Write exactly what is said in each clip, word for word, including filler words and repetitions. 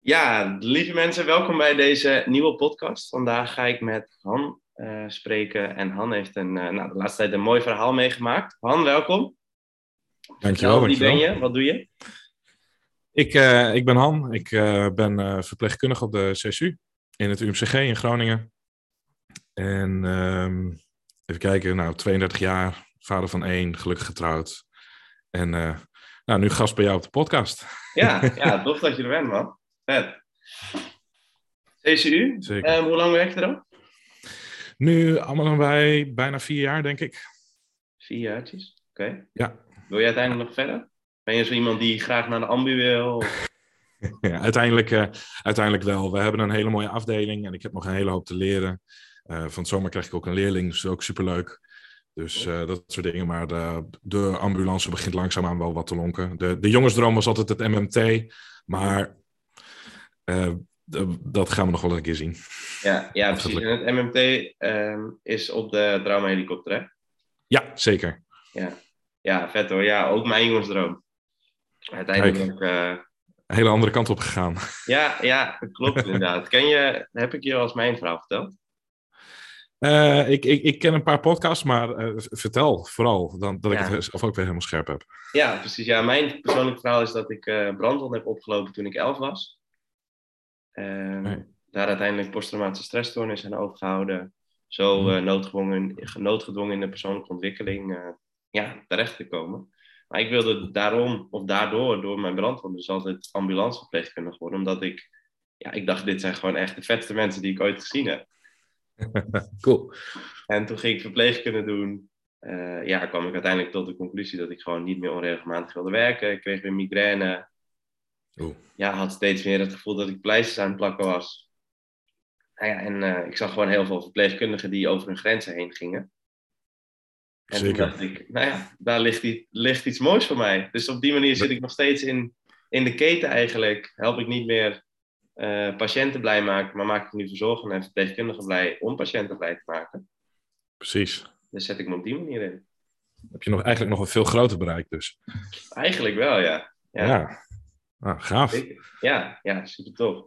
Ja, lieve mensen, welkom bij deze nieuwe podcast. Vandaag ga ik met Han uh, spreken. En Han heeft een, uh, nou, de laatste tijd een mooi verhaal meegemaakt. Han, welkom. Dankjewel, Vertel, dankjewel. Wie ben je? Wat doe je? Ik, uh, ik ben Han. Ik uh, ben uh, verpleegkundige op de C S U in het U M C G in Groningen. En uh, even kijken, nou, tweeëndertig jaar, vader van één, gelukkig getrouwd. En uh, nou, nu gast bij jou op de podcast. Ja, ja, tof dat je er bent, man. Vet. C S U, Zeker. Uh, hoe lang werk je er al? Nu allemaal bij bijna vier jaar, denk ik. Vier jaartjes, oké. Okay. Ja. Wil je uiteindelijk nog verder? Ben je zo iemand die graag naar de ambu wil? Ja, uiteindelijk, uh, uiteindelijk wel. We hebben een hele mooie afdeling en ik heb nog een hele hoop te leren. Uh, van het zomer krijg ik ook een leerling, dus ook superleuk. Dus uh, dat soort dingen. Maar de, de ambulance begint langzaamaan wel wat te lonken. De, de jongensdroom was altijd het M M T, maar uh, de, dat gaan we nog wel een keer zien. Ja, ja precies. En het M M T um, is op de traumahelikopter, hè? Ja, zeker. Ja. Ja, vet hoor. Ja, ook mijn jongensdroom. Uiteindelijk... Uh... Een hele andere kant op gegaan. Ja, ja, dat klopt inderdaad. Ken je, heb ik je al eens mijn verhaal verteld? Uh, ik, ik, ik ken een paar podcasts, maar uh, vertel vooral, dan, dat ja. ik het zelf ook weer helemaal scherp heb. Ja, precies. Ja, mijn persoonlijk verhaal is dat ik uh, brandwond heb opgelopen toen ik elf was. Uh, nee. Daar uiteindelijk posttraumatische stressstoornis aan overgehouden. Zo uh, noodgedwongen, noodgedwongen in de persoonlijke ontwikkeling uh, ja, terecht te komen. Maar ik wilde daarom, of daardoor, door mijn brandwond dus altijd ambulanceverpleegkundige worden. Omdat ik, ja, ik dacht, dit zijn gewoon echt de vetste mensen die ik ooit gezien heb. Cool. En toen ging ik verpleegkunde doen. Uh, ja, kwam ik uiteindelijk tot de conclusie dat ik gewoon niet meer onregelmatig wilde werken. Ik kreeg weer migraine. Oeh. Ja, had steeds meer het gevoel dat ik pleisters aan het plakken was. Nou ja, en uh, ik zag gewoon heel veel verpleegkundigen die over hun grenzen heen gingen. En Zeker. toen dacht ik, nou ja, daar ligt, die, ligt iets moois voor mij. Dus op die manier zit ik nog steeds in, in de keten eigenlijk. Help ik niet meer uh, patiënten blij maken, maar maak ik nu verzorgenden en verpleegkundigen blij om patiënten blij te maken. Precies. Dus zet ik me op die manier in. Heb je nog, eigenlijk nog een veel groter bereik dus? Eigenlijk wel, ja. Ja, ja. Ah, gaaf. Ja, ja, super tof.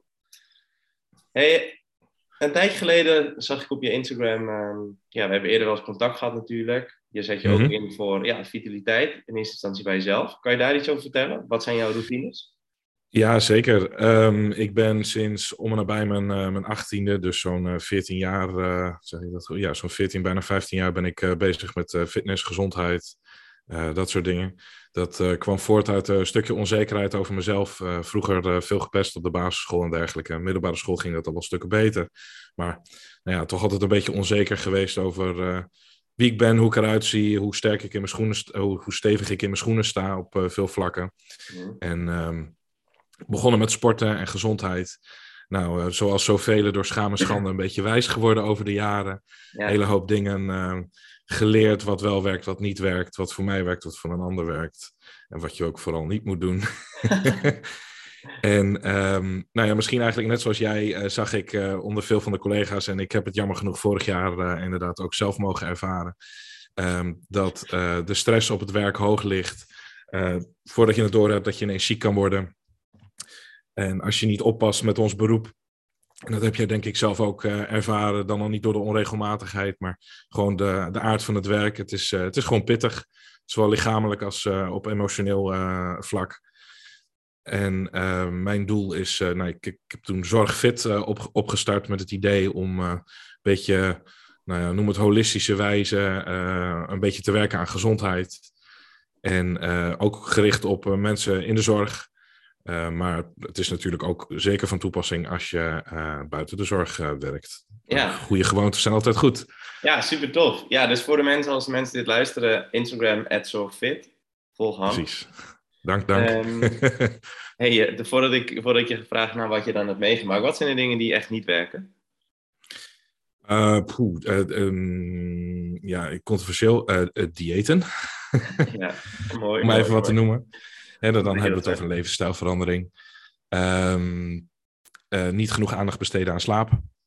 Hey, een tijdje geleden zag ik op je Instagram, um, ja, we hebben eerder wel eens contact gehad natuurlijk. Je zet je mm-hmm. ook in voor ja, vitaliteit, in eerste instantie bij jezelf. Kan je daar iets over vertellen? Wat zijn jouw routines? Ja, zeker. Um, ik ben sinds om en nabij mijn, uh, mijn achttiende, dus zo'n uh, veertien jaar, uh, zeg je dat? Ja, zo'n veertien, bijna vijftien jaar ben ik uh, bezig met uh, fitness, gezondheid, uh, dat soort dingen. Dat uh, kwam voort uit uh, een stukje onzekerheid over mezelf. Uh, vroeger uh, veel gepest op de basisschool en dergelijke. Middelbare school ging dat al wel stukken beter. Maar nou ja, toch altijd een beetje onzeker geweest over uh, wie ik ben, hoe ik eruit zie, hoe sterk ik in mijn schoenen, st- hoe, hoe stevig ik in mijn schoenen sta op uh, veel vlakken. Mm. En um, begonnen met sporten en gezondheid. Nou, uh, zoals zoveel door scham en schande een beetje wijs geworden over de jaren. Ja. Hele hoop dingen uh, geleerd wat wel werkt, wat niet werkt. Wat voor mij werkt, wat voor een ander werkt. En wat je ook vooral niet moet doen. En um, nou ja, misschien eigenlijk net zoals jij uh, zag ik uh, onder veel van de collega's... en ik heb het jammer genoeg vorig jaar uh, inderdaad ook zelf mogen ervaren... Um, dat uh, de stress op het werk hoog ligt. Uh, voordat je het door hebt dat je ineens ziek kan worden... En als je niet oppast met ons beroep, en dat heb jij denk ik zelf ook uh, ervaren, dan al niet door de onregelmatigheid, maar gewoon de, de aard van het werk. Het is, uh, het is gewoon pittig, zowel lichamelijk als uh, op emotioneel uh, vlak. En uh, mijn doel is, uh, nou, ik, ik heb toen Zorgfit uh, op, opgestart met het idee om uh, een beetje, nou ja, noem het holistische wijze, uh, een beetje te werken aan gezondheid. En uh, ook gericht op uh, mensen in de zorg. Uh, maar het is natuurlijk ook zeker van toepassing als je uh, buiten de zorg uh, werkt. Ja. Goede gewoontes zijn altijd goed. Ja, super tof. Ja, dus voor de mensen, als de mensen dit luisteren, Instagram at zorgfit. Volg hem. Precies. Dank, dank. Um, hey, de, voordat, ik, voordat ik je gevraagd naar wat je dan hebt meegemaakt, wat zijn de dingen die echt niet werken? Uh, poeh, uh, um, ja, controversieel. Uh, uh, diëten. Ja, mooi. Om mooi, even wat mooi. te noemen. En dan, dan hebben we het over een levensstijlverandering. Um, uh, niet genoeg aandacht besteden aan slaap.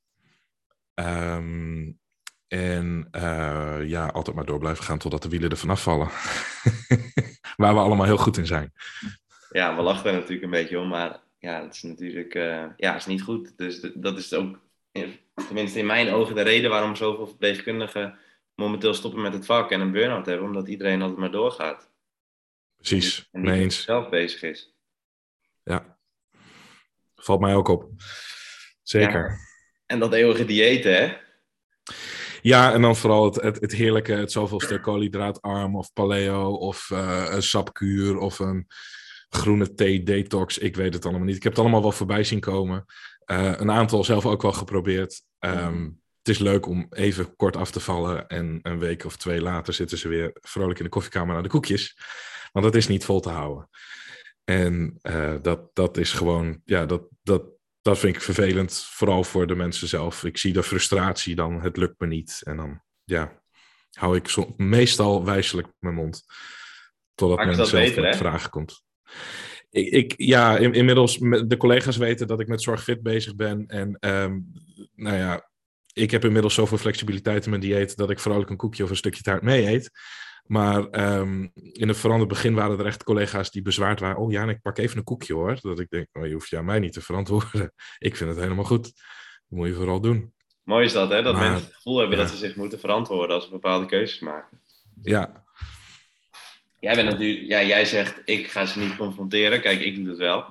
Um, en uh, ja, altijd maar door blijven gaan totdat de wielen er vanaf vallen. Waar we allemaal heel goed in zijn. Ja, we lachen er natuurlijk een beetje om, maar ja, dat is natuurlijk uh, ja, is niet goed. Dus d- dat is ook, tenminste in mijn ogen, de reden waarom zoveel verpleegkundigen momenteel stoppen met het vak en een burn-out hebben. Omdat iedereen altijd maar doorgaat. Precies, En, en niet mee met eens. zichzelf bezig is. Ja, valt mij ook op. Zeker. Ja, en dat eeuwige dieet, hè? Ja, en dan vooral het, het, het heerlijke, het zoveelste koolhydraatarm of paleo of uh, een sapkuur of een groene thee detox. Ik weet het allemaal niet. Ik heb het allemaal wel voorbij zien komen. Uh, een aantal zelf ook wel geprobeerd. Um, het is leuk om even kort af te vallen en een week of twee later zitten ze weer vrolijk in de koffiekamer naar de koekjes. Want dat is niet vol te houden. En uh, dat, dat is gewoon, ja, dat, dat, dat vind ik vervelend, vooral voor de mensen zelf. Ik zie de frustratie dan, het lukt me niet. En dan, ja, hou ik zo, meestal wijselijk mijn mond. Totdat Maak men dat zelf beter, met hè? vragen komt. Ik, ik, ja, in, inmiddels, de collega's weten dat ik met Zorgfit bezig ben. En um, nou ja, ik heb inmiddels zoveel flexibiliteit in mijn dieet dat ik vrolijk een koekje of een stukje taart mee eet. Maar um, in het veranderd begin waren er echt collega's die bezwaard waren. Oh ja, en ik pak even een koekje hoor. Dat ik denk, oh, je hoeft je aan mij niet te verantwoorden. Ik vind het helemaal goed. Dat moet je vooral doen. Mooi is dat, hè? Dat maar, mensen het gevoel hebben ja. dat ze zich moeten verantwoorden als ze bepaalde keuzes maken. Ja. Jij bent natuurlijk, ja, jij zegt, ik ga ze niet confronteren. Kijk, ik doe het wel.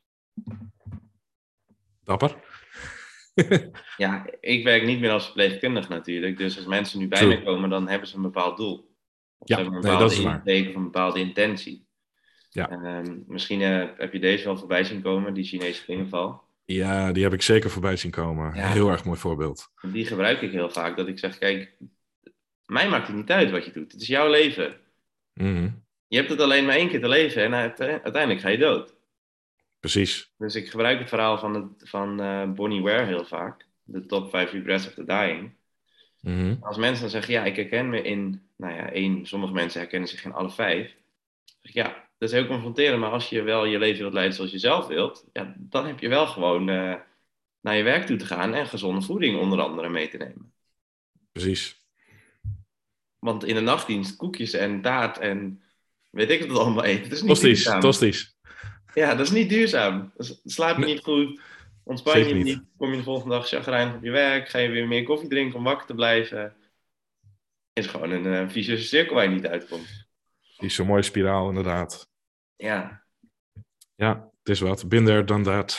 Dapper. Ja, ik werk niet meer als verpleegkundige natuurlijk. Dus als mensen nu bij True. me komen, dan hebben ze een bepaald doel. Of Ja, ze hebben een nee, bepaalde dat is waar. insteek of een bepaalde intentie. Ja. Um, misschien uh, heb je deze wel voorbij zien komen, die Chinese klingenval. Ja, die heb ik zeker voorbij zien komen. Ja. Heel erg mooi voorbeeld. Die gebruik ik heel vaak. Dat ik zeg, kijk, mij maakt het niet uit wat je doet. Het is jouw leven. Mm-hmm. Je hebt het alleen maar één keer te leven en uiteindelijk ga je dood. Precies. Dus ik gebruik het verhaal van, het, van uh, Bonnie Ware heel vaak. De top vijf regrets of the dying. Mm-hmm. Als mensen dan zeggen, ja, ik herken me in, nou ja, één, sommige mensen herkennen zich in alle vijf. Dan zeg ik, ja, dat is heel confronterend, maar als je wel je leven wilt leiden zoals je zelf wilt, ja, dan heb je wel gewoon uh, naar je werk toe te gaan en gezonde voeding onder andere mee te nemen. Precies. Want in de nachtdienst koekjes en taart en weet ik het allemaal eten. Dat is niet Tosties, duurzaam. tosties. Ja, dat is niet duurzaam. Dus slaap je Nee. niet goed, ontspan Zeker je niet. niet. Kom je de volgende dag chagrijnig op je werk, ga je weer meer koffie drinken om wakker te blijven. Het is gewoon een uh, vicieuze cirkel waar je niet uitkomt. Die is zo'n mooie spiraal, inderdaad. Ja. Ja, het is wat. Binder dan dat.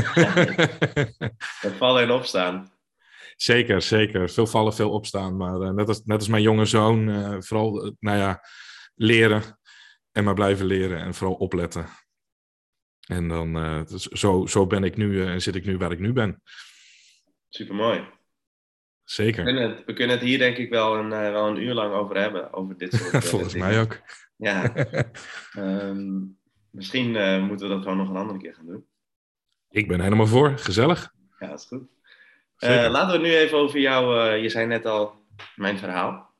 Het vallen en opstaan. Zeker, zeker. Veel vallen, veel opstaan. Maar uh, net, als, net als mijn jonge zoon, uh, vooral, uh, nou ja, leren. En maar blijven leren en vooral opletten. En dan, uh, dus zo, zo ben ik nu uh, en zit ik nu waar ik nu ben. Supermooi. Zeker. We kunnen, het, we kunnen het hier denk ik wel een, uh, wel een uur lang over hebben. Over dit soort uh, Volgens dingen. mij ook. Ja. um, misschien uh, moeten we dat gewoon nog een andere keer gaan doen. Ik ben helemaal voor. Gezellig. Ja, dat is goed. Uh, laten we het nu even over jou... Uh, je zei net al, mijn verhaal.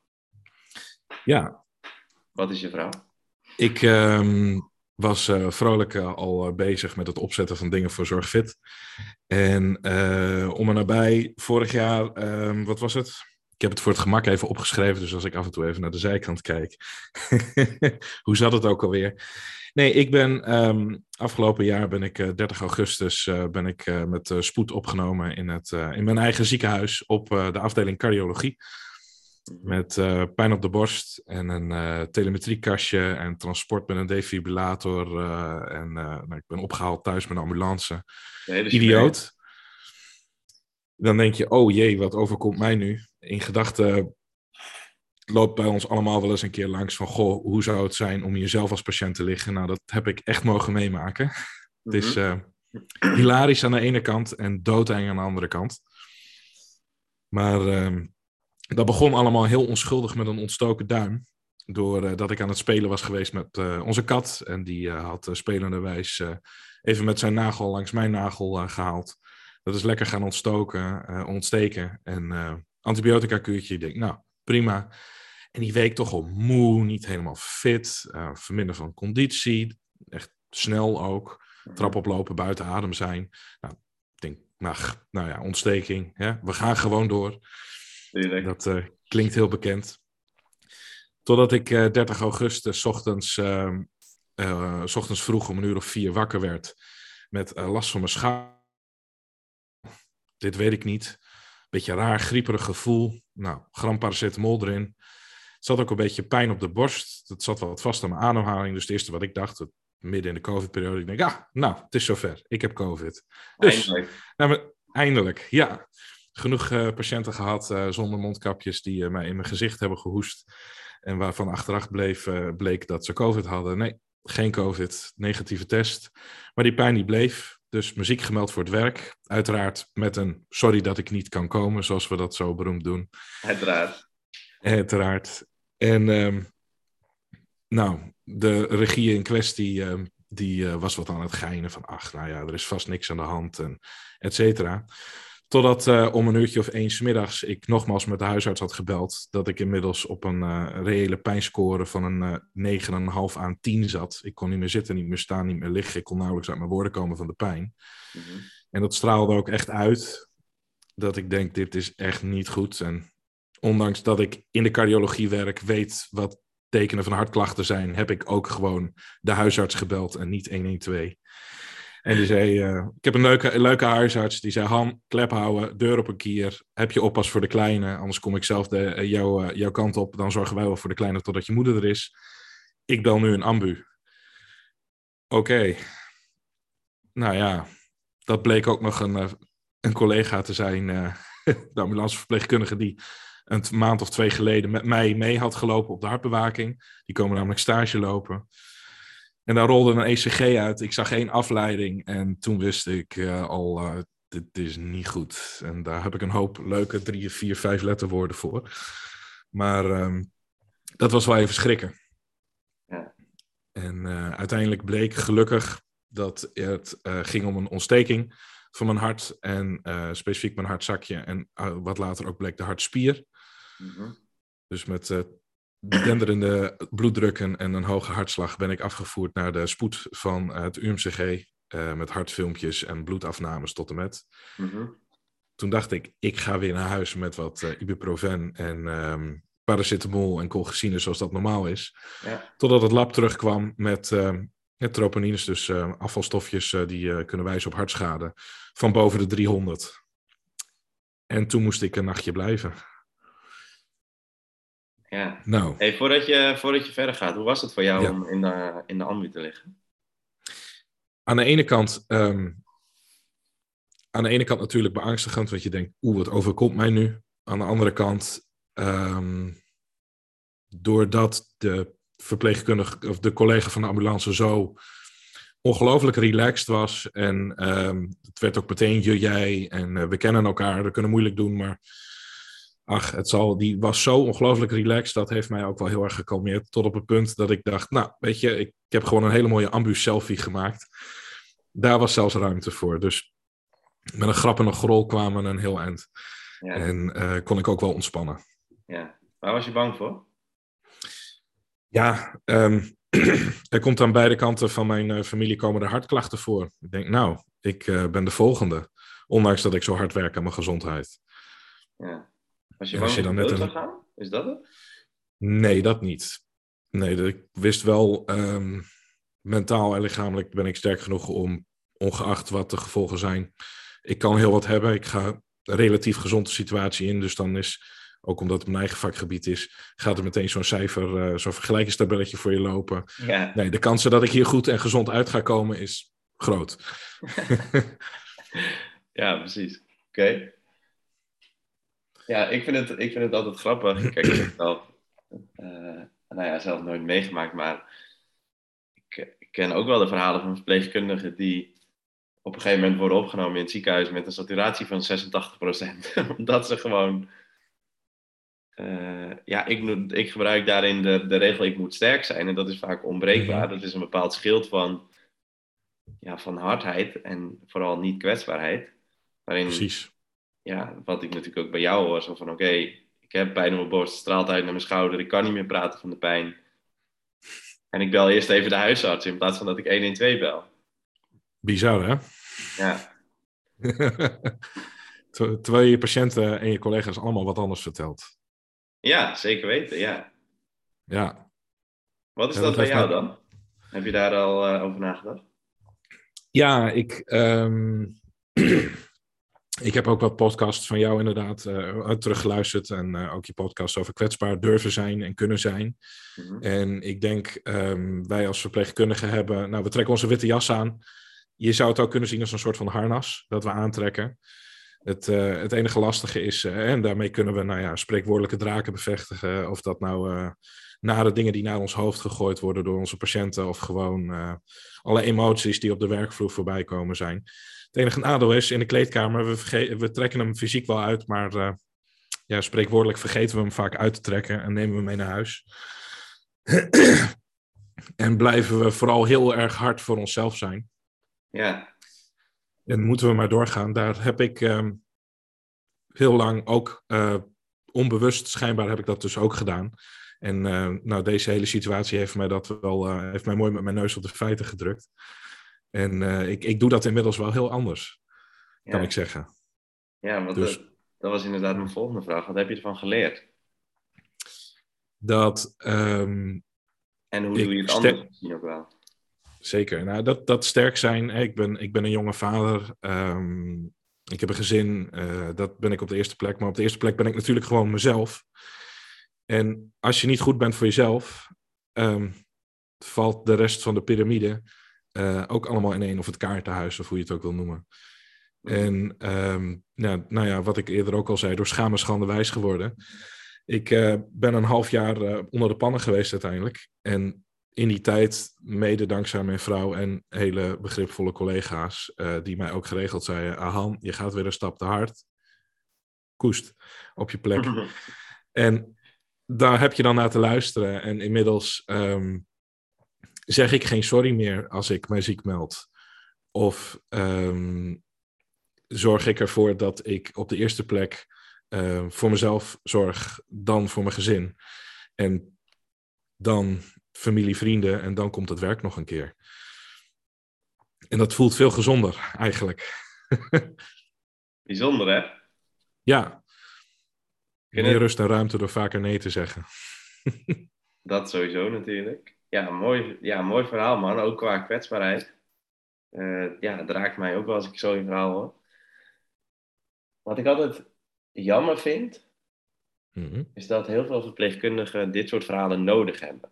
Ja. Wat is je verhaal? Ik um, was uh, vrolijk uh, al uh, bezig met het opzetten van dingen voor Zorgfit. En uh, om en nabij, vorig jaar, uh, wat was het? Ik heb het voor het gemak even opgeschreven, dus als ik af en toe even naar de zijkant kijk. Hoe zat het ook alweer? Nee, ik ben um, afgelopen jaar ben ik uh, dertig augustus uh, ben ik uh, met uh, spoed opgenomen in, het, uh, in mijn eigen ziekenhuis op uh, de afdeling cardiologie. Met uh, pijn op de borst en een uh, telemetriekastje en transport met een defibrillator. Uh, en uh, nou, ik ben opgehaald thuis met een ambulance. Nee, dus idioot. Dan denk je, oh jee, wat overkomt mij nu? In gedachten loopt bij ons allemaal wel eens een keer langs van, goh, hoe zou het zijn om jezelf als patiënt te liggen? Nou, dat heb ik echt mogen meemaken. Mm-hmm. Het is uh, hilarisch aan de ene kant en doodeng aan de andere kant. Maar uh, dat begon allemaal heel onschuldig met een ontstoken duim. Doordat uh, ik aan het spelen was geweest met uh, onze kat. En die uh, had uh, spelenderwijs uh, even met zijn nagel langs mijn nagel uh, gehaald. Dat is lekker gaan ontstoken, uh, ontsteken. En uh, antibiotica kuurtje. Ik denk, nou, prima. En die week toch al moe, niet helemaal fit. Uh, verminderen van conditie. Echt snel ook. Trap oplopen, buiten adem zijn. Nou, ik denk, nou, nou ja, ontsteking. Hè? We gaan gewoon door. Tuurlijk. Dat uh, klinkt heel bekend. Totdat ik uh, dertig augustus 's ochtends, uh, uh, 's ochtends vroeg om een uur of vier wakker werd. met uh, last van mijn schouder. Dit weet ik niet. Beetje raar, grieperig gevoel. Nou, gram paracetamol erin. Het zat ook een beetje pijn op de borst. Het zat wel wat vast aan mijn ademhaling. Dus het eerste wat ik dacht, het, midden in de COVID-periode, ik denk, ah, nou, het is zover. Ik heb COVID. Dus, Eindelijk. Nou, maar, eindelijk, ja. Genoeg uh, patiënten gehad uh, zonder mondkapjes die uh, mij in mijn gezicht hebben gehoest. En waarvan achteraf bleef, uh, bleek dat ze COVID hadden. Nee, geen COVID, negatieve test. Maar die pijn die bleef. Dus muziek gemeld voor het werk. Uiteraard met een sorry dat ik niet kan komen, zoals we dat zo beroemd doen. Uiteraard. Uiteraard. En um, nou, de regie in kwestie, um, die uh, was wat aan het geinen van, ach, nou ja, er is vast niks aan de hand, en et cetera. Totdat uh, om een uurtje of één 's middags ik nogmaals met de huisarts had gebeld, dat ik inmiddels op een uh, reële pijnscore van een uh, negen komma vijf aan tien zat. Ik kon niet meer zitten, niet meer staan, niet meer liggen. Ik kon nauwelijks uit mijn woorden komen van de pijn. Mm-hmm. En dat straalde ook echt uit, dat ik denk, dit is echt niet goed. En ondanks dat ik in de cardiologie werk, weet wat tekenen van hartklachten zijn, heb ik ook gewoon de huisarts gebeld en niet honderdtwaalf. En die zei, uh, ik heb een leuke, leuke huisarts, die zei, Han, klep houden, deur op een kier, heb je oppas voor de kleine, anders kom ik zelf de, uh, jou, uh, jouw kant op, dan zorgen wij wel voor de kleine totdat je moeder er is. Ik bel nu een ambu. Oké. Okay. Nou ja, dat bleek ook nog een, uh, een collega te zijn, uh, de ambulanceverpleegkundige die een maand of twee geleden met mij mee had gelopen op de hartbewaking. Die komen namelijk stage lopen. En daar rolde een E C G uit. Ik zag één afleiding. En toen wist ik uh, al, uh, dit is niet goed. En daar heb ik een hoop leuke drie, vier, vijf letterwoorden voor. Maar um, dat was wel even schrikken. Ja. En uh, uiteindelijk bleek gelukkig dat het uh, ging om een ontsteking van mijn hart. En uh, specifiek mijn hartzakje. En uh, wat later ook bleek de hartspier. Mm-hmm. Dus met uh, denderende bloeddrukken en een hoge hartslag ben ik afgevoerd naar de spoed van uh, het U M C G. Uh, met hartfilmpjes en bloedafnames tot en met. Mm-hmm. Toen dacht ik, ik ga weer naar huis met wat uh, ibuprofen en um, paracetamol en colchicine zoals dat normaal is. Ja. Totdat het lab terugkwam met uh, troponines, dus uh, afvalstofjes uh, die uh, kunnen wijzen op hartschade, van boven de driehonderd. En toen moest ik een nachtje blijven. Ja. Nou. Hey, voordat, je, voordat je verder gaat, hoe was het voor jou ja. om in de, in de ambu te liggen? Aan de ene kant, um, aan de ene kant natuurlijk beangstigend, want je denkt, oeh, wat overkomt mij nu? Aan de andere kant, um, doordat de verpleegkundige of de collega van de ambulance zo ongelooflijk relaxed was en um, het werd ook meteen je, jij en uh, we kennen elkaar, we kunnen moeilijk doen, maar ach, het zal, die was zo ongelooflijk relaxed, dat heeft mij ook wel heel erg gekalmeerd, tot op het punt dat ik dacht, nou, weet je, ik, ik heb gewoon een hele mooie ambu-selfie gemaakt. Daar was zelfs ruimte voor, dus met een grap en een grol kwamen een heel eind. Ja. En uh, kon ik ook wel ontspannen. Ja, waar was je bang voor? Ja, um, er komt aan beide kanten van mijn uh, familie komen er hartklachten voor. Ik denk, nou, ik uh, ben de volgende, ondanks dat ik zo hard werk aan mijn gezondheid. Ja. Was je bang dat je dan net dood zou gaan? Is dat het? Nee, dat niet. Nee, ik wist wel, um, mentaal en lichamelijk ben ik sterk genoeg om, ongeacht wat de gevolgen zijn, ik kan heel wat hebben. Ik ga een relatief gezonde situatie in, dus dan is, ook omdat het mijn eigen vakgebied is, gaat er meteen zo'n cijfer, uh, zo'n vergelijkingstabelletje voor je lopen. Ja. Nee, de kansen dat ik hier goed en gezond uit ga komen is groot. Ja, precies. Oké. Okay. Ja, ik vind, het, ik vind het altijd grappig. Kijk, ik heb het zelf, uh, nou ja, zelf nooit meegemaakt, maar ik, ik ken ook wel de verhalen van verpleegkundigen die op een gegeven moment worden opgenomen in het ziekenhuis met een saturatie van zesentachtig procent. Omdat ze gewoon... Uh, ja, ik, ik gebruik daarin de, de regel, ik moet sterk zijn. En dat is vaak onbreekbaar. Dat is een bepaald schild van, ja, van hardheid en vooral niet kwetsbaarheid. Waarin, Precies. Ja, wat ik natuurlijk ook bij jou hoor, zo van oké, okay, ik heb pijn op mijn borst, straalt uit naar mijn schouder, ik kan niet meer praten van de pijn. En ik bel eerst even de huisarts in plaats van dat ik honderdtwaalf bel. Bizar, hè? Ja. Terwijl je patiënten en je collega's allemaal wat anders vertelt. Ja, zeker weten, ja. Ja. Wat is ja, dat, dat bij jou mij... dan? Heb je daar al uh, over nagedacht? Ja, ik, um, ik heb ook wat podcasts van jou inderdaad uh, teruggeluisterd. En uh, ook je podcast over kwetsbaar durven zijn en kunnen zijn. Mm-hmm. En ik denk, um, wij als verpleegkundigen hebben... Nou, we trekken onze witte jas aan. Je zou het ook kunnen zien als een soort van harnas dat we aantrekken. Het, uh, het enige lastige is, uh, en daarmee kunnen we nou ja, spreekwoordelijke draken bevestigen. Of dat nou uh, nare dingen die naar ons hoofd gegooid worden door onze patiënten. Of gewoon uh, alle emoties die op de werkvloer voorbij komen zijn. Het enige nadeel is, in de kleedkamer, we, verge- we trekken hem fysiek wel uit. Maar uh, ja, spreekwoordelijk vergeten we hem vaak uit te trekken en nemen we hem mee naar huis. En blijven we vooral heel erg hard voor onszelf zijn. Ja. En moeten we maar doorgaan. Daar heb ik um, heel lang ook uh, onbewust, schijnbaar heb ik dat dus ook gedaan. En uh, nou, deze hele situatie heeft mij dat wel, uh, heeft mij mooi met mijn neus op de feiten gedrukt. En uh, ik, ik doe dat inmiddels wel heel anders, ja. Kan ik zeggen. Ja, want dus, dat, dat was inderdaad mijn volgende vraag. Wat heb je ervan geleerd? Dat... Um, en hoe doe je het anders misschien ook wel? Zeker. Nou, dat, dat sterk zijn. Ik ben, ik ben een jonge vader. Um, ik heb een gezin. Uh, dat ben ik op de eerste plek. Maar op de eerste plek ben ik natuurlijk gewoon mezelf. En als je niet goed bent voor jezelf, um, valt de rest van de piramide uh, ook allemaal ineen. Of het kaartenhuis, of hoe je het ook wil noemen. En um, ja, nou ja, wat ik eerder ook al zei, door schaam en schande wijs geworden. Ik uh, ben een half jaar uh, onder de pannen geweest uiteindelijk. En in die tijd, mede dankzij mijn vrouw en hele begripvolle collega's, uh, die mij ook geregeld zeiden, Ahan, je gaat weer een stap te hard. Koest, op je plek. Mm-hmm. En daar heb je dan naar te luisteren. En inmiddels um, zeg ik geen sorry meer als ik mij ziek meld. Of um, zorg ik ervoor dat ik op de eerste plek uh, voor mezelf zorg, dan voor mijn gezin. En dan familie, vrienden en dan komt het werk nog een keer. En dat voelt veel gezonder eigenlijk. Bijzonder, hè? Ja. Kunnen... Meer rust en ruimte door vaker nee te zeggen. Dat sowieso natuurlijk. Ja, mooi, ja, mooi verhaal, man. Ook qua kwetsbaarheid. Uh, ja, dat raakt mij ook wel als ik zo een verhaal hoor. Wat ik altijd jammer vind, mm-hmm. is dat heel veel verpleegkundigen dit soort verhalen nodig hebben.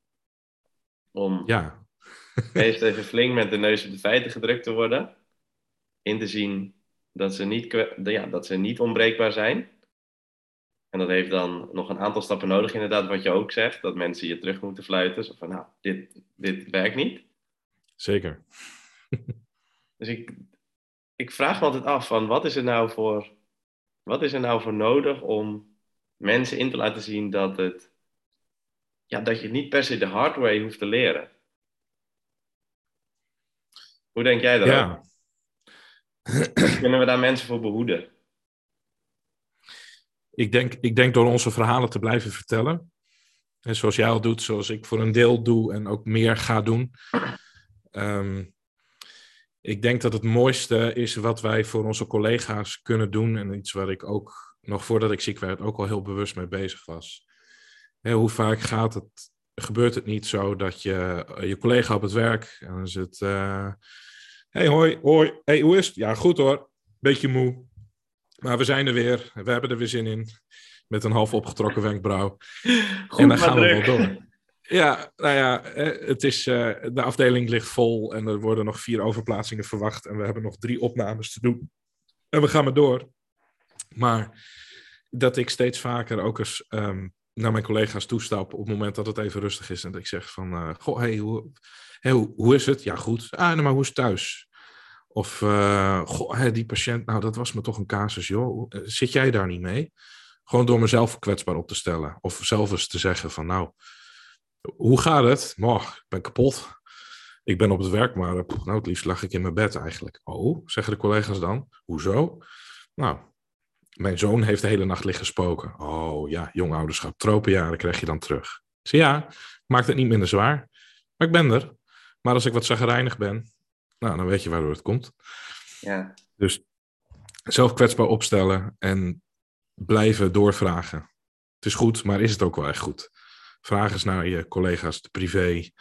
Om ja. eerst even flink met de neus op de feiten gedrukt te worden. In te zien dat ze niet, ja, dat ze niet onbreekbaar zijn. En dat heeft dan nog een aantal stappen nodig, inderdaad, wat je ook zegt. Dat mensen je terug moeten fluiten. Zo van, nou, dit, dit werkt niet. Zeker. Dus ik, ik vraag me altijd af van, wat is er nou voor, wat is er nou voor nodig om mensen in te laten zien dat het, ja, dat je niet per se de hard way hoeft te leren. Hoe denk jij daarover? Ja. Kunnen we daar mensen voor behoeden? Ik denk, ik denk door onze verhalen te blijven vertellen. En zoals jij al doet, zoals ik voor een deel doe en ook meer ga doen. Um, ik denk dat het mooiste is wat wij voor onze collega's kunnen doen. En iets waar ik ook, nog voordat ik ziek werd, ook al heel bewust mee bezig was. He, hoe vaak gaat het, gebeurt het niet zo dat je je collega op het werk, en dan is het, uh, hey hoi, hoi, hey, hoe is het? Ja, goed hoor, beetje moe. Maar we zijn er weer, we hebben er weer zin in. Met een half opgetrokken wenkbrauw. Goed, en dan gaan we wel door. Ja, nou ja, het is, uh, de afdeling ligt vol en er worden nog vier overplaatsingen verwacht. En we hebben nog drie opnames te doen. En we gaan maar door. Maar dat ik steeds vaker ook eens um, naar mijn collega's toestap op het moment dat het even rustig is. En dat ik zeg van, uh, goh, hey, hoe, hey, hoe, hoe is het? Ja, goed. Ah, nou, maar hoe is het thuis? Of, uh, goh, hey, die patiënt, nou, dat was me toch een casus, joh. Zit jij daar niet mee? Gewoon door mezelf kwetsbaar op te stellen. Of zelf eens te zeggen van, nou, hoe gaat het? Oh, ik ben kapot. Ik ben op het werk, maar nou, het liefst lag ik in mijn bed eigenlijk. Oh, zeggen de collega's dan. Hoezo? Nou, mijn zoon heeft de hele nacht liggen spoken. Oh ja, jong ouderschap, tropenjaren krijg je dan terug. Ik zeg, ja, maakt het niet minder zwaar. Maar ik ben er. Maar als ik wat chagrijnig ben, nou, dan weet je waardoor het komt. Ja. Dus zelf kwetsbaar opstellen en blijven doorvragen. Het is goed, maar is het ook wel echt goed? Vraag eens naar je collega's, de privé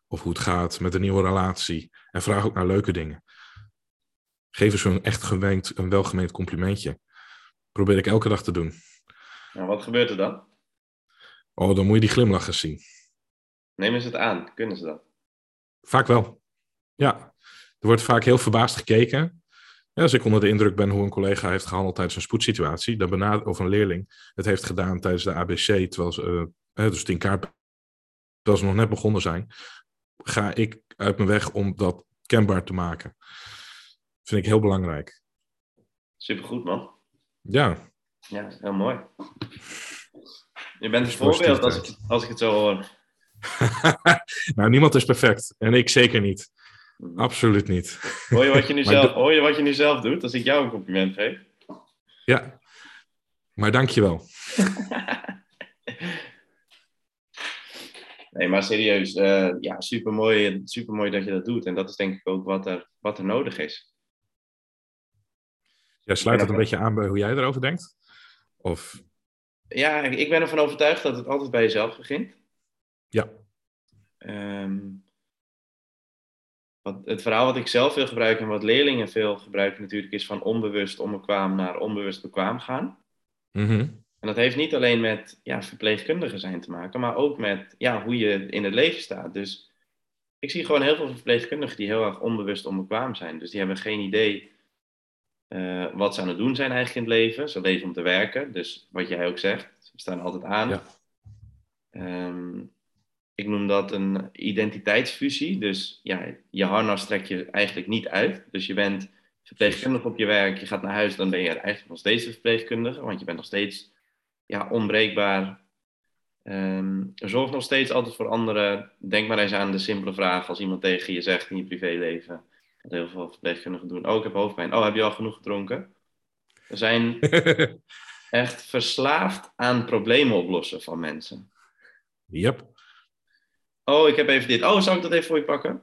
Of hoe het gaat met een nieuwe relatie. En vraag ook naar leuke dingen. Geef eens een echt gemeend, een welgemeend complimentje. Probeer ik elke dag te doen. Nou, wat gebeurt er dan? Oh, dan moet je die glimlach eens zien. Nemen ze het aan? Kunnen ze dat? Vaak wel. Ja. Er wordt vaak heel verbaasd gekeken. Ja, als ik onder de indruk ben hoe een collega heeft gehandeld tijdens een spoedsituatie, dan benad- of een leerling het heeft gedaan tijdens de A B C, terwijl ze, uh, dus tien kaart, terwijl ze nog net begonnen zijn, ga ik uit mijn weg om dat kenbaar te maken. Vind ik heel belangrijk. Supergoed, man. Ja. Ja, heel mooi. Je bent een voorbeeld als ik, als ik het zo hoor. Nou, niemand is perfect. En ik zeker niet. Absoluut niet. Hoor je wat je nu, zelf, de... hoor je wat je nu zelf doet als ik jou een compliment geef? Ja. Maar dank je wel. Nee, maar serieus. Uh, ja, supermooi, supermooi dat je dat doet. En dat is denk ik ook wat er, wat er nodig is. Ja, sluit het een beetje aan bij hoe jij erover denkt? Of... Ja, ik ben ervan overtuigd dat het altijd bij jezelf begint. Ja. Um, wat, het verhaal wat ik zelf veel gebruik en wat leerlingen veel gebruiken natuurlijk is van onbewust onbekwaam naar onbewust bekwaam gaan. Mm-hmm. En dat heeft niet alleen met ja, verpleegkundige zijn te maken, maar ook met ja, hoe je in het leven staat. Dus ik zie gewoon heel veel verpleegkundigen die heel erg onbewust onbekwaam zijn. Dus die hebben geen idee uh, wat ze aan het doen zijn eigenlijk in het leven. Ze leven om te werken, dus wat jij ook zegt, ze staan altijd aan. Ja. Um, ik noem dat een identiteitsfusie. Dus ja, je harnas trek je eigenlijk niet uit. Dus je bent verpleegkundige op je werk, je gaat naar huis, dan ben je eigenlijk nog steeds een verpleegkundige, want je bent nog steeds ja, onbreekbaar. Um, zorg nog steeds altijd voor anderen. Denk maar eens aan de simpele vraag als iemand tegen je zegt in je privéleven, wat heel veel verpleegkundigen doen. Oh, ik heb hoofdpijn. Oh, heb je al genoeg gedronken? We zijn echt verslaafd aan problemen oplossen van mensen. Yep. Oh, ik heb even dit. Oh, zou ik dat even voor je pakken?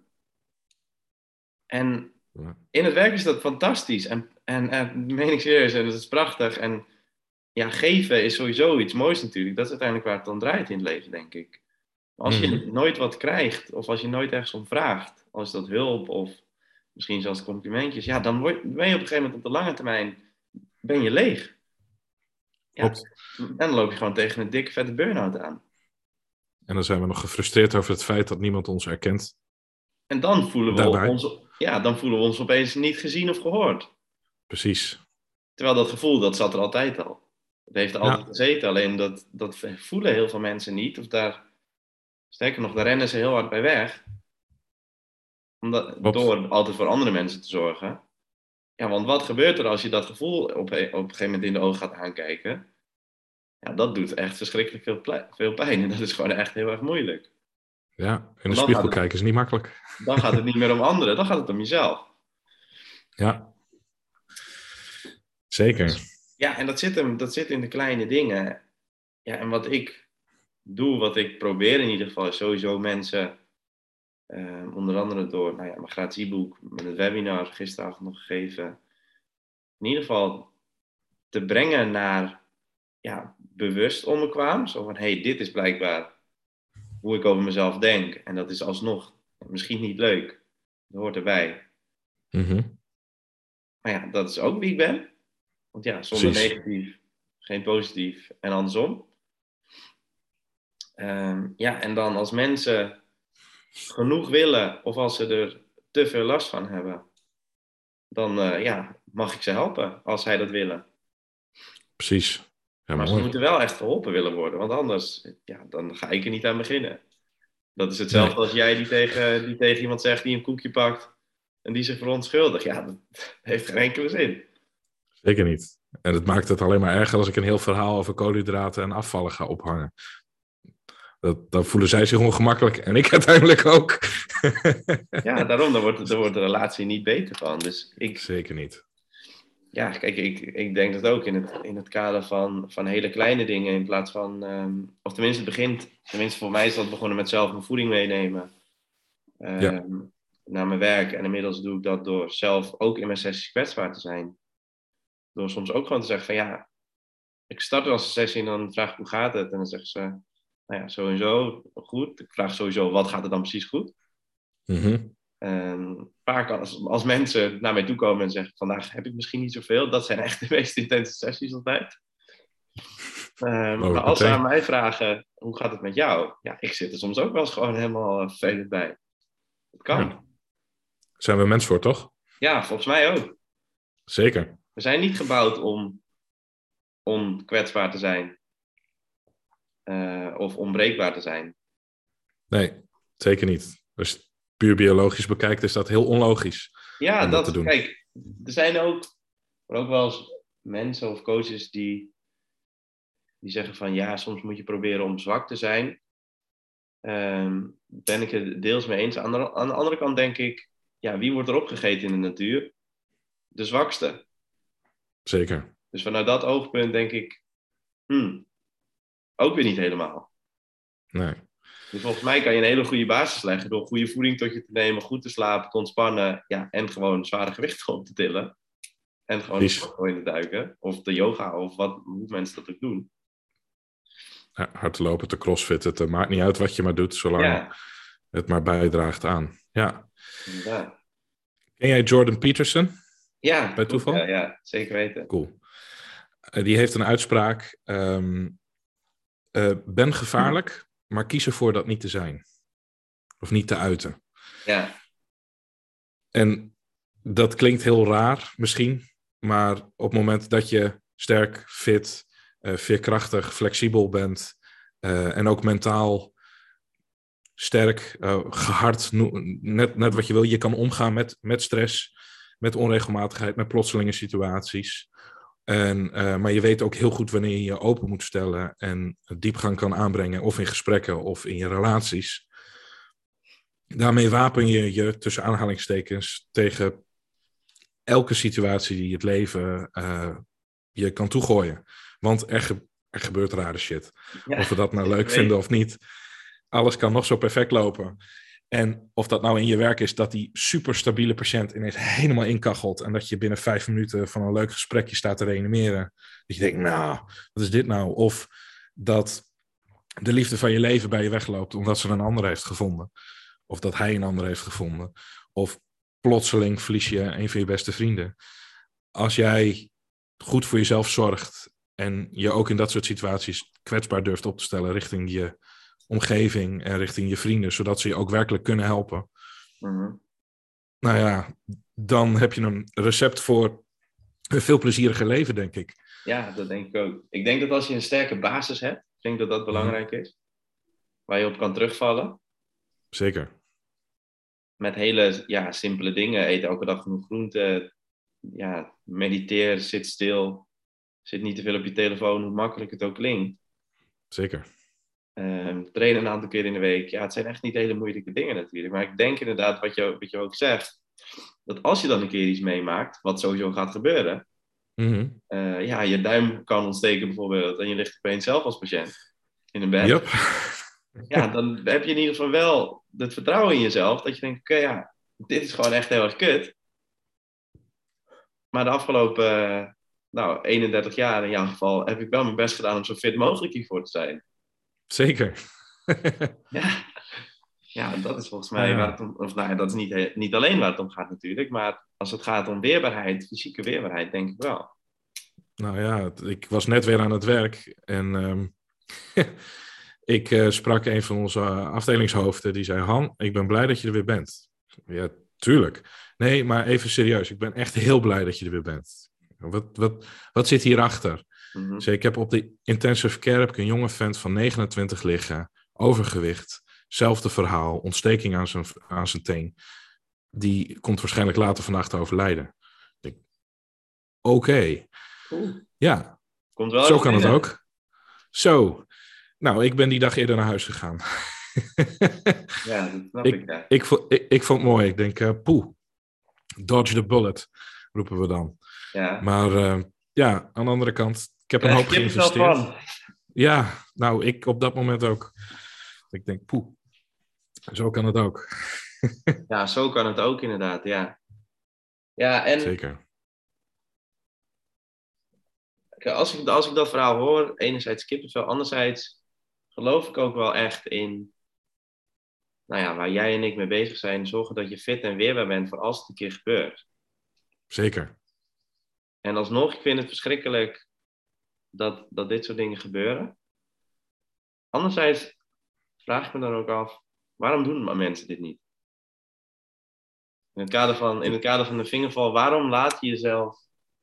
En in het werk is dat fantastisch. En, en, en meen ik serieus. En dat is prachtig. En ja, geven is sowieso iets moois natuurlijk. Dat is uiteindelijk waar het dan draait in het leven, denk ik. Als je mm-hmm. nooit wat krijgt, of als je nooit ergens om vraagt, als dat hulp of misschien zelfs complimentjes, ja, dan word, ben je op een gegeven moment op de lange termijn ben je leeg. Ja, en dan loop je gewoon tegen een dikke vette burn-out aan. En dan zijn we nog gefrustreerd over het feit dat niemand ons erkent. En dan voelen we ons, ja, dan voelen we ons opeens niet gezien of gehoord. Precies. Terwijl dat gevoel, dat zat er altijd al. Het heeft er altijd ja. gezeten, alleen dat, dat voelen heel veel mensen niet. Of daar, sterker nog, daar rennen ze heel hard bij weg. Omdat, door altijd voor andere mensen te zorgen. Ja, want wat gebeurt er als je dat gevoel op, op een gegeven moment in de ogen gaat aankijken? Ja, dat doet echt verschrikkelijk veel, ple- veel pijn. En dat is gewoon echt heel erg moeilijk. Ja, in de spiegel het, kijken is niet makkelijk. Dan gaat het niet meer om anderen, dan gaat het om jezelf. Ja, zeker. Ja, en dat zit, hem, dat zit in de kleine dingen. Ja, en wat ik doe, wat ik probeer in ieder geval, is sowieso mensen, uh, onder andere door nou ja, mijn gratis e-book, met het webinar gisteravond nog gegeven, in ieder geval te brengen naar ja, bewust onbekwaam. Zo van, hé, hey, dit is blijkbaar hoe ik over mezelf denk. En dat is alsnog misschien niet leuk. Dat hoort erbij. Mm-hmm. Maar ja, dat is ook wie ik ben. Want ja, zonder Precies. negatief, geen positief en andersom. Um, ja, en dan als mensen genoeg willen of als ze er te veel last van hebben, dan uh, ja, mag ik ze helpen als zij dat willen. Precies. Ja, maar mooi. ze moeten wel echt geholpen willen worden, want anders ja, dan ga ik er niet aan beginnen. Dat is hetzelfde nee. als jij die tegen, die tegen iemand zegt die een koekje pakt en die zich verontschuldigt. Ja, dat heeft geen enkele zin. Zeker niet. En het maakt het alleen maar erger als ik een heel verhaal over koolhydraten en afvallen ga ophangen. Dat, dan voelen zij zich ongemakkelijk en ik uiteindelijk ook. Ja, daarom, daar wordt, daar wordt de relatie niet beter van. Dus ik, Zeker niet. Ja, kijk, ik, ik denk dat ook in het, in het kader van, van hele kleine dingen in plaats van... Um, of tenminste het begint, tenminste voor mij is dat begonnen met zelf mijn voeding meenemen. Um, ja. Naar mijn werk. En inmiddels doe ik dat door zelf ook in mijn sessies kwetsbaar te zijn. Door soms ook gewoon te zeggen van ja, ik start er als een sessie en dan vraag ik hoe gaat het? En dan zeggen ze, nou ja, zo en zo, goed. Ik vraag sowieso, wat gaat er dan precies goed? Mm-hmm. Um, vaak als, als mensen naar mij toe komen en zeggen, vandaag heb ik misschien niet zoveel. Dat zijn echt de meest intense sessies altijd. Um, maar als ze aan mij vragen, hoe gaat het met jou? Ja, ik zit er soms ook wel eens gewoon helemaal uh, vervelend bij. Dat kan. Ja. Zijn we mens voor, toch? Ja, volgens mij ook. Zeker. We zijn niet gebouwd om, om kwetsbaar te zijn. Uh, of onbreekbaar te zijn. Nee, zeker niet. Als je het puur biologisch bekijkt, is dat heel onlogisch. Ja, om dat, dat te doen. Kijk, er zijn ook, ook wel eens mensen of coaches die, die zeggen van ja, soms moet je proberen om zwak te zijn. Um, ben ik het deels mee eens. Aan de, aan de andere kant denk ik, ja, wie wordt er opgegeten in de natuur? De zwakste. Zeker. Dus vanuit dat oogpunt denk ik, hmm, ook weer niet helemaal. Nee. Dus volgens mij kan je een hele goede basis leggen door goede voeding tot je te nemen, goed te slapen, te ontspannen, ja, en gewoon zware gewichten op te tillen. En gewoon de sport in te duiken. Of de yoga, of wat, hoe mensen dat ook doen. Ja, hardlopen, te crossfitten, het maakt niet uit wat je maar doet, zolang ja. het maar bijdraagt aan. Ja. ja. Ken jij Jordan Peterson? Ja, bij toeval? Ja, ja, zeker weten. Cool. Uh, die heeft een uitspraak. Um, uh, ben gevaarlijk, maar kies ervoor dat niet te zijn. Of niet te uiten. Ja. En dat klinkt heel raar misschien. Maar op het moment dat je sterk, fit, uh, veerkrachtig, flexibel bent. Uh, en ook mentaal sterk, uh, gehard, net, net wat je wil. Je kan omgaan met, met stress, met onregelmatigheid, met plotselinge situaties. En, uh, maar je weet ook heel goed wanneer je je open moet stellen en diepgang kan aanbrengen, of in gesprekken of in je relaties. Daarmee wapen je je tussen aanhalingstekens tegen elke situatie die het leven uh, je kan toegooien. Want er, ge- er gebeurt rare shit. Ja, of we dat nou leuk weet. vinden of niet. Alles kan nog zo perfect lopen. En of dat nou in je werk is dat die super stabiele patiënt ineens helemaal inkachelt en dat je binnen vijf minuten van een leuk gesprekje staat te reanimeren. Dat je denkt, nou, wat is dit nou? Of dat de liefde van je leven bij je wegloopt omdat ze een ander heeft gevonden. Of dat hij een ander heeft gevonden. Of plotseling verlies je een van je beste vrienden. Als jij goed voor jezelf zorgt en je ook in dat soort situaties kwetsbaar durft op te stellen richting je omgeving en richting je vrienden, zodat ze je ook werkelijk kunnen helpen. Mm-hmm. Nou ja, dan heb je een recept voor een veel plezieriger leven, denk ik. Ja, dat denk ik ook. Ik denk dat als je een sterke basis hebt, ik denk dat dat belangrijk mm-hmm. is. Waar je op kan terugvallen. Zeker. Met hele ja, simpele dingen. Eet elke dag genoeg groente. Ja, mediteer, zit stil. Zit niet te veel op je telefoon, hoe makkelijk het ook klinkt. Zeker. Um, train een aantal keer in de week. Ja, het zijn echt niet hele moeilijke dingen natuurlijk. Maar ik denk inderdaad, wat je, wat je ook zegt, dat als je dan een keer iets meemaakt, wat sowieso gaat gebeuren, mm-hmm. uh, ja, je duim kan ontsteken bijvoorbeeld en je ligt opeens zelf als patiënt in een bed. Yep. Ja, dan heb je in ieder geval wel het vertrouwen in jezelf, dat je denkt, oké, okay, ja, dit is gewoon echt heel erg kut. Maar de afgelopen, uh, nou, eenendertig jaar in jouw geval, heb ik wel mijn best gedaan om zo fit mogelijk hiervoor te zijn. Zeker. ja. ja, dat is volgens mij ja. waar het om... Of nou ja, dat is niet, niet alleen waar het om gaat natuurlijk. Maar als het gaat om weerbaarheid, fysieke weerbaarheid, denk ik wel. Nou ja, ik was net weer aan het werk. En um, ik uh, sprak een van onze afdelingshoofden. Die zei, Han, ik ben blij dat je er weer bent. Ja, tuurlijk. Nee, maar even serieus. Ik ben echt heel blij dat je er weer bent. Wat, wat, wat zit hierachter? Mm-hmm. Dus ik heb op de intensive care heb ik een jonge vent van negenentwintig liggen. Overgewicht. Zelfde verhaal. Ontsteking aan zijn, aan zijn teen. Die komt waarschijnlijk later vannacht te overlijden. Oké. Okay. Cool. Ja. Komt wel Zo kan binnen. het ook. Zo. Nou, ik ben die dag eerder naar huis gegaan. ja, dat snap ik. Ik, ja. ik, vond, ik, ik vond het mooi. Ik denk, uh, poeh. Dodge the bullet, roepen we dan. Ja. Maar uh, ja, aan de andere kant, ik heb een hoop geïnvesteerd. Ja, nou, ik op dat moment ook. Ik denk, poeh, zo kan het ook. ja, zo kan het ook inderdaad, ja. Ja, en... Zeker. Als ik, als ik dat verhaal hoor, enerzijds kippenvel, anderzijds geloof ik ook wel echt in nou ja, waar jij en ik mee bezig zijn, zorgen dat je fit en weerbaar bent voor als het een keer gebeurt. Zeker. En alsnog, ik vind het verschrikkelijk dat, dat dit soort dingen gebeuren. Anderzijds vraag ik me dan ook af, waarom doen mensen dit niet? In het kader van, in het kader van de vingerval, waarom laat je jezelf,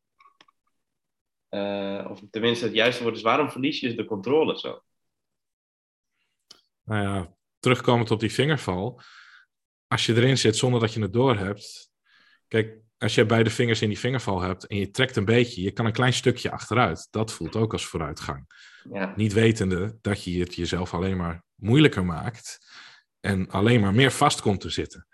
uh, of tenminste het juiste woord is, waarom verlies je de controle zo? Nou ja, terugkomend op die vingerval. Als je erin zit zonder dat je het doorhebt. Kijk, als je beide vingers in die vingerval hebt en je trekt een beetje, je kan een klein stukje achteruit. Dat voelt ook als vooruitgang. Ja. Niet wetende dat je het jezelf alleen maar moeilijker maakt en alleen maar meer vast komt te zitten.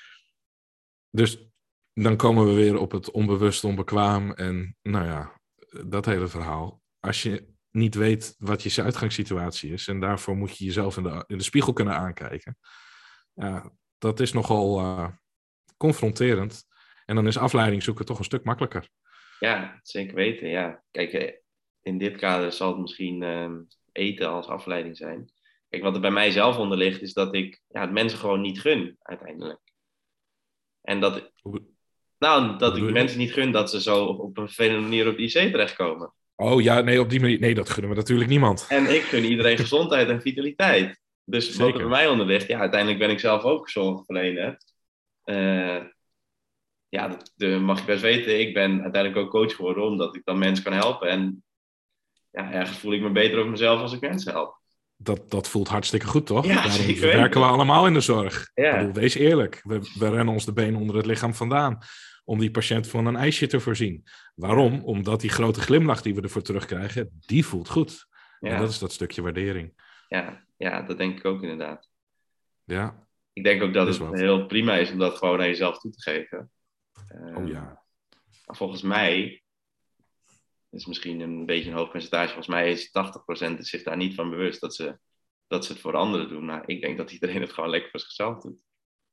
Dus dan komen we weer op het onbewust onbekwaam en nou ja, dat hele verhaal. Als je niet weet wat je uitgangssituatie is en daarvoor moet je jezelf in de, in de spiegel kunnen aankijken. Ja, dat is nogal uh, confronterend. En dan is afleiding zoeken toch een stuk makkelijker. Ja, zeker weten, ja. Kijk, in dit kader zal het misschien uh, eten als afleiding zijn. Kijk, wat er bij mij zelf onder ligt, is dat ik ja, het mensen gewoon niet gun, uiteindelijk. En dat, nou, dat ik mensen niet gun dat ze zo op, op een vervelende manier op de I C terechtkomen. Oh ja, nee, op die manier, nee, dat gunnen we natuurlijk niemand. En ik gun iedereen gezondheid en vitaliteit. Dus Zeker. Wat er bij mij onder ligt, ja, uiteindelijk ben ik zelf ook zorgverlener. Uh, ja, dat, dat mag je best weten. Ik ben uiteindelijk ook coach geworden, omdat ik dan mensen kan helpen. En ja, ergens voel ik me beter over mezelf als ik mensen help. Dat, dat voelt hartstikke goed, toch? Ja, Daarom zeker werken we allemaal in de zorg. Ja. Ik bedoel, wees eerlijk. We, we rennen ons de benen onder het lichaam vandaan om die patiënt van een ijsje te voorzien. Waarom? Omdat die grote glimlach die we ervoor terugkrijgen, die voelt goed. Ja. En dat is dat stukje waardering. Ja, ja, dat denk ik ook inderdaad. Ja. Ik denk ook dat, dat het wat. heel prima is om dat gewoon aan jezelf toe te geven. Uh, oh ja. Volgens mij, dat is misschien een beetje een hoog percentage, volgens mij is tachtig procent zich daar niet van bewust dat ze, dat ze het voor anderen doen. Maar ik denk dat iedereen het gewoon lekker voor zichzelf doet.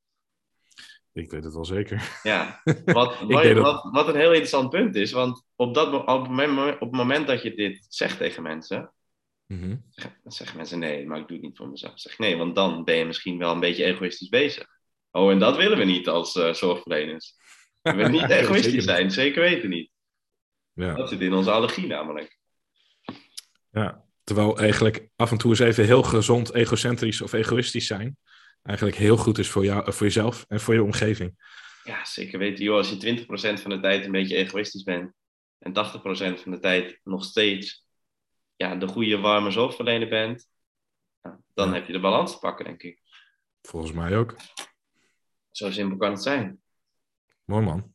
Ik weet het wel zeker. Ja, wat, wat, dat... wat, wat een heel interessant punt is. Want op, dat, op, op het moment dat je dit zegt tegen mensen, mm-hmm. dan zeggen mensen nee, maar ik doe het niet voor mezelf. Zeg nee, want dan ben je misschien wel een beetje egoïstisch bezig. Oh, en dat willen we niet als uh, zorgverleners. We willen niet egoïstisch zeker zijn, niet. Zeker weten niet. Ja. Dat zit in onze allergie namelijk. Ja, terwijl eigenlijk af en toe eens even heel gezond egocentrisch of egoïstisch zijn eigenlijk heel goed is voor, jou, voor jezelf en voor je omgeving. Ja, zeker weten. Joh, als je twintig procent van de tijd een beetje egoïstisch bent en tachtig procent van de tijd nog steeds ja, de goede warme zorgverlener bent, nou, dan ja. heb je de balans te pakken, denk ik. Volgens mij ook. Zo simpel kan het zijn. Mooi man.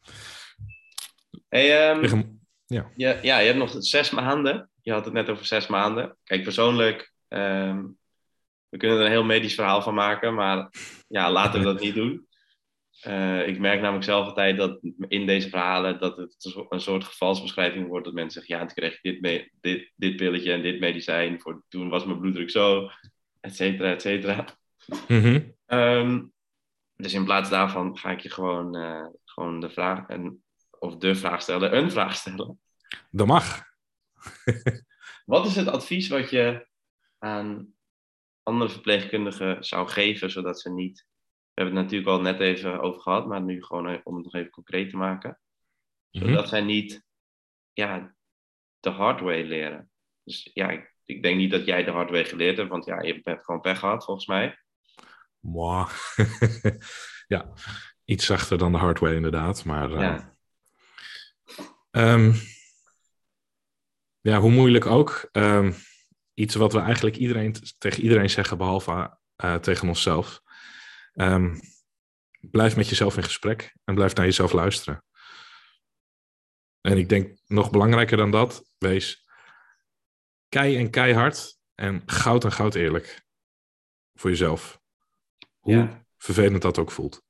Hey, um, Tegen, ja. Je, ja, je hebt nog zes maanden. Je had het net over zes maanden. Kijk, persoonlijk, um, we kunnen er een heel medisch verhaal van maken, maar ja, laten we dat niet doen. Uh, ik merk namelijk zelf altijd dat in deze verhalen dat het een soort gevalsbeschrijving wordt. Dat mensen zeggen, ja, toen kreeg ik dit, me- dit, dit pilletje en dit medicijn. Voor, toen was mijn bloeddruk zo, et cetera, et cetera. Mm-hmm. Um, dus in plaats daarvan ga ik je gewoon, uh, gewoon de vraag, en, of de vraag stellen, een vraag stellen. Dat mag. Wat is het advies wat je aan andere verpleegkundigen zou geven, zodat ze niet... We hebben het natuurlijk al net even over gehad, maar nu gewoon om het nog even concreet te maken. Zodat mm-hmm. zij niet ja, de hard way leren. Dus ja, ik, ik denk niet dat jij de hard way geleerd hebt, want ja, je hebt gewoon pech gehad, volgens mij. Mwah. Ja, iets zachter dan de hard way inderdaad, maar... Uh, ja. Um, ja, hoe moeilijk ook. Um, iets wat we eigenlijk iedereen, tegen iedereen zeggen, behalve uh, tegen onszelf. Um, blijf met jezelf in gesprek en blijf naar jezelf luisteren. En ik denk nog belangrijker dan dat, wees kei en keihard en goud en goud eerlijk voor jezelf. Hoe ja. vervelend dat ook voelt.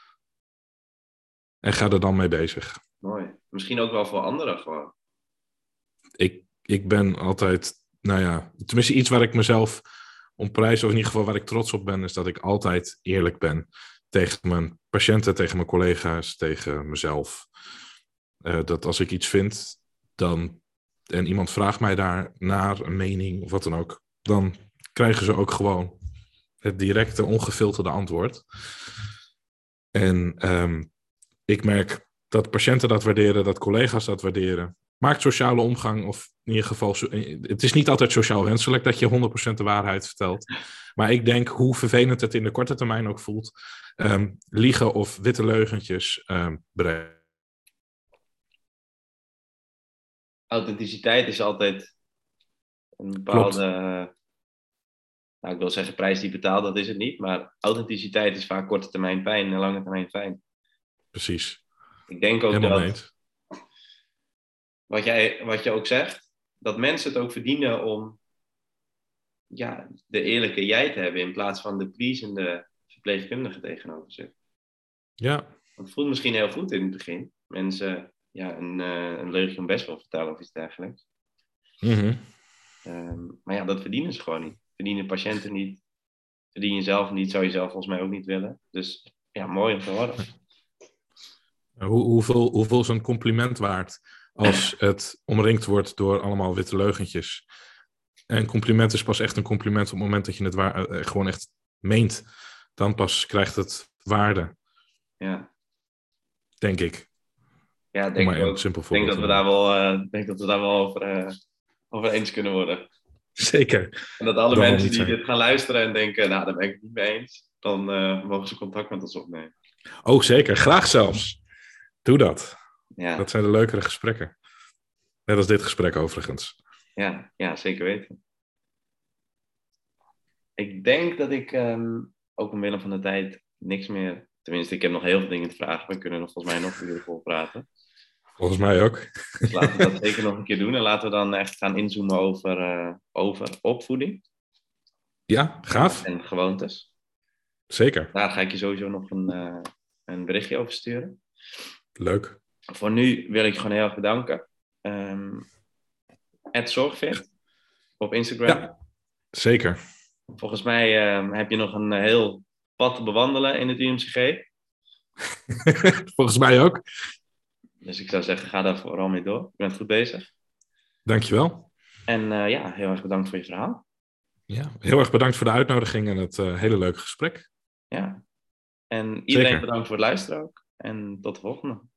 En ga er dan mee bezig. Mooi. Misschien ook wel voor anderen gewoon. Ik, ik ben altijd, nou ja, tenminste iets waar ik mezelf om prijs, of in ieder geval waar ik trots op ben, is dat ik altijd eerlijk ben. Tegen mijn patiënten, tegen mijn collega's, tegen mezelf. Uh, dat als ik iets vind, dan, en iemand vraagt mij daar naar een mening of wat dan ook, dan krijgen ze ook gewoon het directe, ongefilterde antwoord. En um, ik merk dat patiënten dat waarderen, dat collega's dat waarderen. Maakt sociale omgang, of in ieder geval... Het is niet altijd sociaal wenselijk dat je honderd procent de waarheid vertelt. Maar ik denk, hoe vervelend het in de korte termijn ook voelt... Um, liegen of witte leugentjes um, bereiken. Authenticiteit is altijd een bepaalde... Nou, ik wil zeggen prijs die betaalt, dat is het niet. Maar authenticiteit is vaak korte termijn pijn en lange termijn fijn. Precies. Ik denk ook Helemaal dat... Meet. Wat, jij, wat je ook zegt, dat mensen het ook verdienen om ja, de eerlijke jij te hebben in plaats van de pleasende verpleegkundige tegenover zich. Ja. Want het voelt misschien heel goed in het begin. Mensen ja, een, uh, een leugje om best wel vertellen of iets dergelijks. Mm-hmm. Um, maar ja, dat verdienen ze gewoon niet. Verdienen patiënten niet. Verdien je zelf niet, zou je zelf volgens mij ook niet willen. Dus ja, mooi om te horen. Hoe, hoeveel, hoeveel is een compliment waard als het omringd wordt door allemaal witte leugentjes? En een compliment is pas echt een compliment op het moment dat je het waar, uh, gewoon echt meent. Dan pas krijgt het waarde. Ja. Denk ik. Ja, denk ik ook. Ik denk dat we daar wel, uh, denk dat we daar wel over, uh, over eens kunnen worden. Zeker. En dat alle dan mensen die zijn. Dit gaan luisteren en denken, nou, daar ben ik het niet mee eens. Dan uh, mogen ze contact met ons opnemen. Oh, zeker. Graag zelfs. Doe dat. Ja. Dat zijn de leukere gesprekken. Net als dit gesprek overigens. Ja, ja, zeker weten. Ik denk dat ik um, ook omwille van de tijd niks meer... Tenminste, ik heb nog heel veel dingen te vragen. We kunnen nog volgens mij nog een uur vol praten. Volgens mij ook. Dus laten we dat zeker nog een keer doen. En laten we dan echt gaan inzoomen over, uh, over opvoeding. Ja, gaaf. En gewoontes. Zeker. Daar ga ik je sowieso nog een, uh, een berichtje over sturen. Leuk. Voor nu wil ik je gewoon heel erg bedanken. Um, at Zorgfit op Instagram. Ja, zeker. Volgens mij uh, heb je nog een heel pad te bewandelen in het U M C G. Volgens mij ook. Dus ik zou zeggen, ga daar vooral mee door. Je bent goed bezig. Dankjewel. En uh, ja, heel erg bedankt voor je verhaal. Ja, heel erg bedankt voor de uitnodiging en het uh, hele leuke gesprek. Ja. En iedereen Zeker. Bedankt voor het luisteren ook. En tot de volgende.